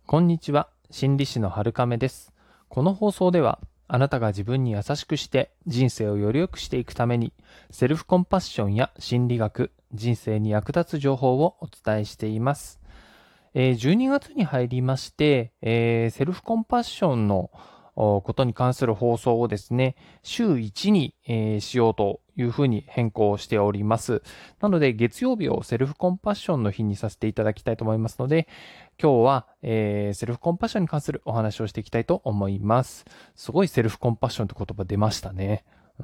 こんにちは、心理師の春亀です。この放送では、あなたが自分に優しくして人生をより良くしていくために、セルフコンパッションや心理学、人生に役立つ情報をお伝えしています。12月に入りまして、セルフコンパッションのことに関する放送をですね、週1に、しようというふうに変更しております。なので、月曜日をセルフコンパッションの日にさせていただきたいと思いますので、今日は、セルフコンパッションに関するお話をしていきたいと思います。すごいセルフコンパッションって言葉出ましたね。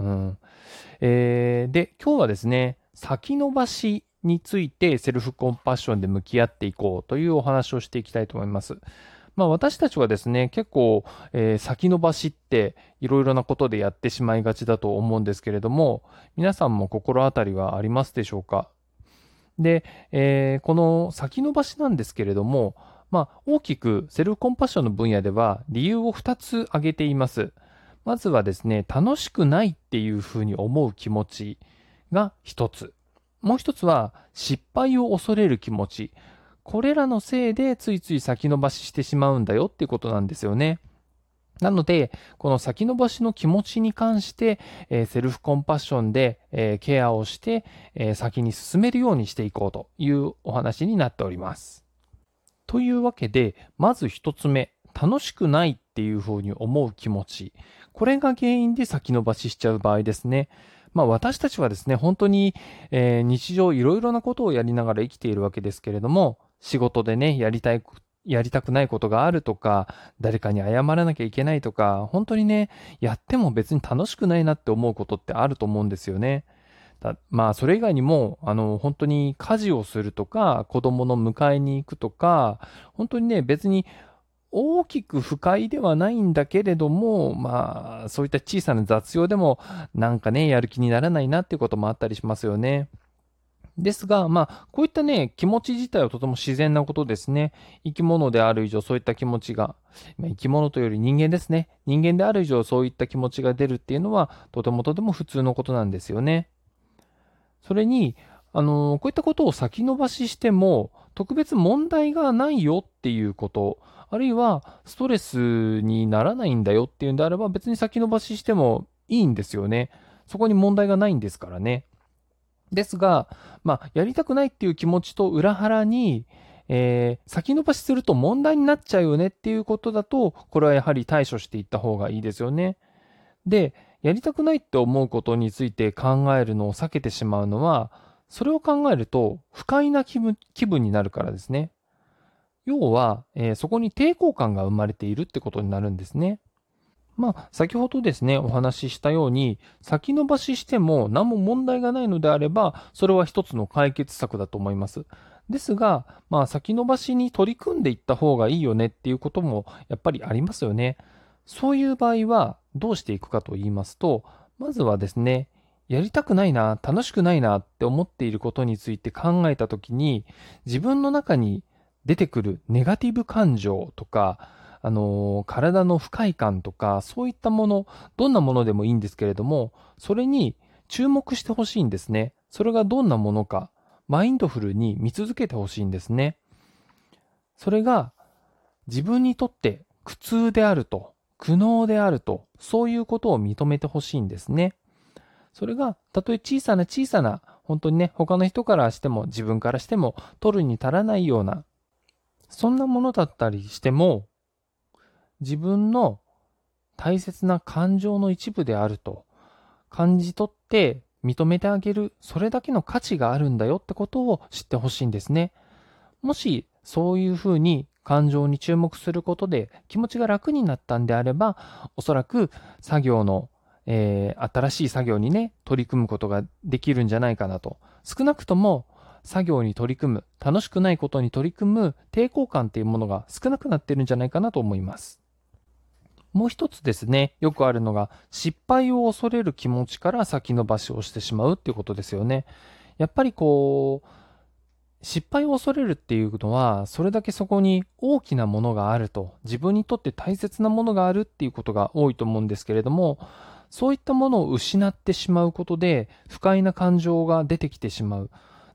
で、今日はですね、先延ばしについてセルフコンパッションで向き合っていこうというお話をしていきたいと思います。私たちはですね、結構、先延ばしっていろいろなことでやってしまいがちだと思うんですけれども、皆さんも心当たりはありますでしょうか？で、この先延ばしなんですけれども、大きくセルフコンパッションの分野では理由を2つ挙げています。まずはですね、楽しくないっていうふうに思う気持ちが1つ。もう1つは失敗を恐れる気持ち。これらのせいでついつい先延ばししてしまうんだよっていうことなんですよね。なので、この先延ばしの気持ちに関して、セルフコンパッションで、ケアをして、先に進めるようにしていこうというお話になっております。というわけで、まず一つ目、楽しくないっていうふうに思う気持ち。これが原因で先延ばししちゃう場合ですね。私たちはですね、本当に、日常いろいろなことをやりながら生きているわけですけれども、仕事でね、やりたくないことがあるとか、誰かに謝らなきゃいけないとか、本当にね、やっても別に楽しくないなって思うことってあると思うんですよね。それ以外にも、本当に家事をするとか、子供の迎えに行くとか、本当にね、別に大きく不快ではないんだけれども、そういった小さな雑用でも、なんかね、やる気にならないなっていうこともあったりしますよね。ですが、こういったね、気持ち自体はとても自然なことですね。生き物である以上、そういった気持ちが、生き物というより人間ですね。人間である以上、そういった気持ちが出るっていうのは、とてもとても普通のことなんですよね。それに、こういったことを先延ばししても、特別問題がないよっていうこと、あるいはストレスにならないんだよっていうんであれば、別に先延ばししてもいいんですよね。そこに問題がないんですからね。ですが、やりたくないっていう気持ちと裏腹に、先延ばしすると問題になっちゃうよねっていうことだと、これはやはり対処していった方がいいですよね。で、やりたくないって思うことについて考えるのを避けてしまうのは、それを考えると不快な気分になるからですね。要は、そこに抵抗感が生まれているってことになるんですね。先ほどですね、お話ししたように、先延ばししても何も問題がないのであれば、それは一つの解決策だと思います。ですが、先延ばしに取り組んでいった方がいいよねっていうこともやっぱりありますよね。そういう場合はどうしていくかと言いますと、まずはですね、やりたくないな、楽しくないなって思っていることについて考えたときに、自分の中に出てくるネガティブ感情とか、体の不快感とか、そういったもの、どんなものでもいいんですけれども、それに注目してほしいんですね。それがどんなものか、マインドフルに見続けてほしいんですね。それが自分にとって苦痛であると、苦悩であると、そういうことを認めてほしいんですね。それが、たとえ小さな小さな、本当にね、他の人からしても自分からしても取るに足らないような、そんなものだったりしても、自分の大切な感情の一部であると感じ取って認めてあげる、それだけの価値があるんだよってことを知ってほしいんですね。もしそういうふうに感情に注目することで気持ちが楽になったんであれば、おそらく作業の、新しい作業にね、取り組むことができるんじゃないかなと。少なくとも作業に取り組む、楽しくないことに取り組む抵抗感っていうものが少なくなってるんじゃないかなと思います。もう一つですね、よくあるのが、失敗を恐れる気持ちから先延ばしをしてしまうっていうことですよね。やっぱり失敗を恐れるっていうのは、それだけそこに大きなものがあると、自分にとって大切なものがあるっていうことが多いと思うんですけれども、そういったものを失ってしまうことで、不快な感情が出てきてしまう。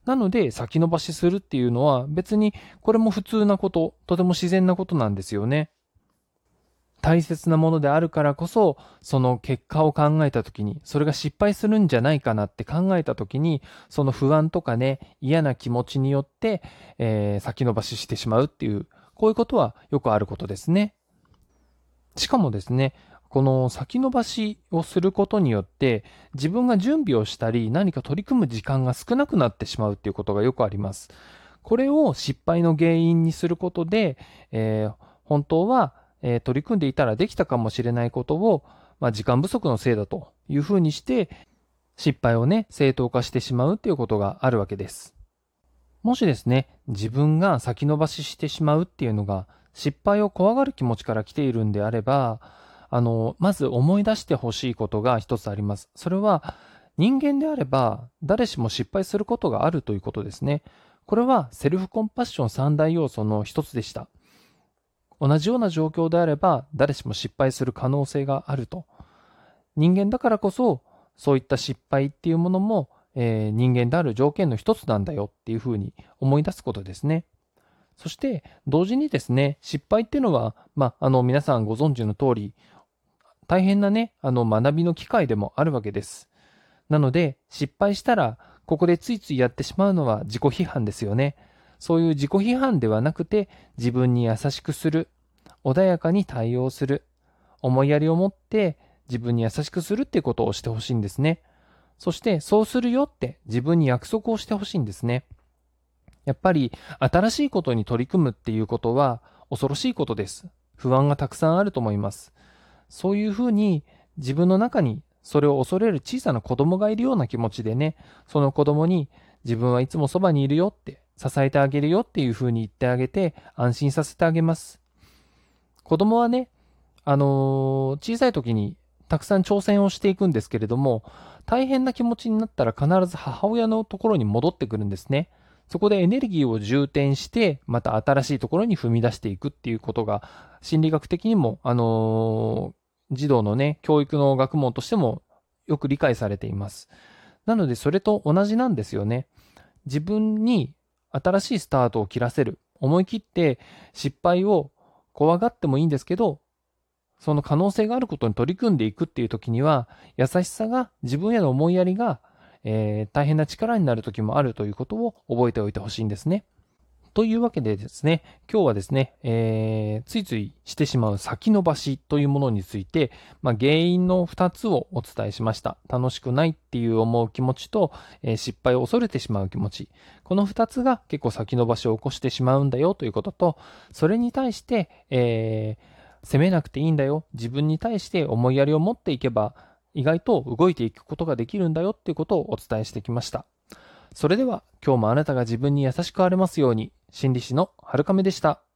なので先延ばしするっていうのは別にこれも普通なこと、とても自然なことなんですよね。大切なものであるからこそ、その結果を考えたときに、それが失敗するんじゃないかなって考えたときに、その不安とかね、嫌な気持ちによって、先延ばししてしまうっていう、こういうことはよくあることですね。しかもですね、この先延ばしをすることによって、自分が準備をしたり、何か取り組む時間が少なくなってしまうっていうことがよくあります。これを失敗の原因にすることで、本当は取り組んでいたらできたかもしれないことを、時間不足のせいだというふうにして、失敗をね、正当化してしまうっていうことがあるわけです。もしですね、自分が先延ばししてしまうっていうのが、失敗を怖がる気持ちから来ているんであれば、まず思い出してほしいことが一つあります。それは、人間であれば、誰しも失敗することがあるということですね。これは、セルフコンパッション三大要素の一つでした。同じような状況であれば、誰しも失敗する可能性があると。人間だからこそ、そういった失敗っていうものも、人間である条件の一つなんだよっていうふうに思い出すことですね。そして、同時にですね、失敗っていうのは、皆さんご存知の通り、大変なね、学びの機会でもあるわけです。なので、失敗したら、ここでついついやってしまうのは自己批判ですよね。そういう自己批判ではなくて、自分に優しくする、穏やかに対応する、思いやりを持って自分に優しくするっていうことをしてほしいんですね。そして、そうするよって自分に約束をしてほしいんですね。やっぱり、新しいことに取り組むっていうことは恐ろしいことです。不安がたくさんあると思います。そういうふうに自分の中にそれを恐れる小さな子供がいるような気持ちでね、その子供に自分はいつもそばにいるよって、支えてあげるよっていうふうに言ってあげて安心させてあげます。子供はね、小さい時にたくさん挑戦をしていくんですけれども、大変な気持ちになったら必ず母親のところに戻ってくるんですね。そこでエネルギーを充填して、また新しいところに踏み出していくっていうことが、心理学的にも、児童のね、教育の学問としてもよく理解されています。なので、それと同じなんですよね。自分に新しいスタートを切らせる。思い切って失敗を怖がってもいいんですけど、その可能性があることに取り組んでいくっていう時には、優しさが、自分への思いやりが、大変な力になる時もあるということを覚えておいてほしいんですね。というわけでですね、今日はですね、ついついしてしまう先延ばしというものについて、原因の2つをお伝えしました。楽しくないっていう思う気持ちと、失敗を恐れてしまう気持ち。この2つが結構先延ばしを起こしてしまうんだよということと、それに対して、責めなくていいんだよ。自分に対して思いやりを持っていけば、意外と動いていくことができるんだよっていうことをお伝えしてきました。それでは今日もあなたが自分に優しくあれますように、心理師のはるかめでした。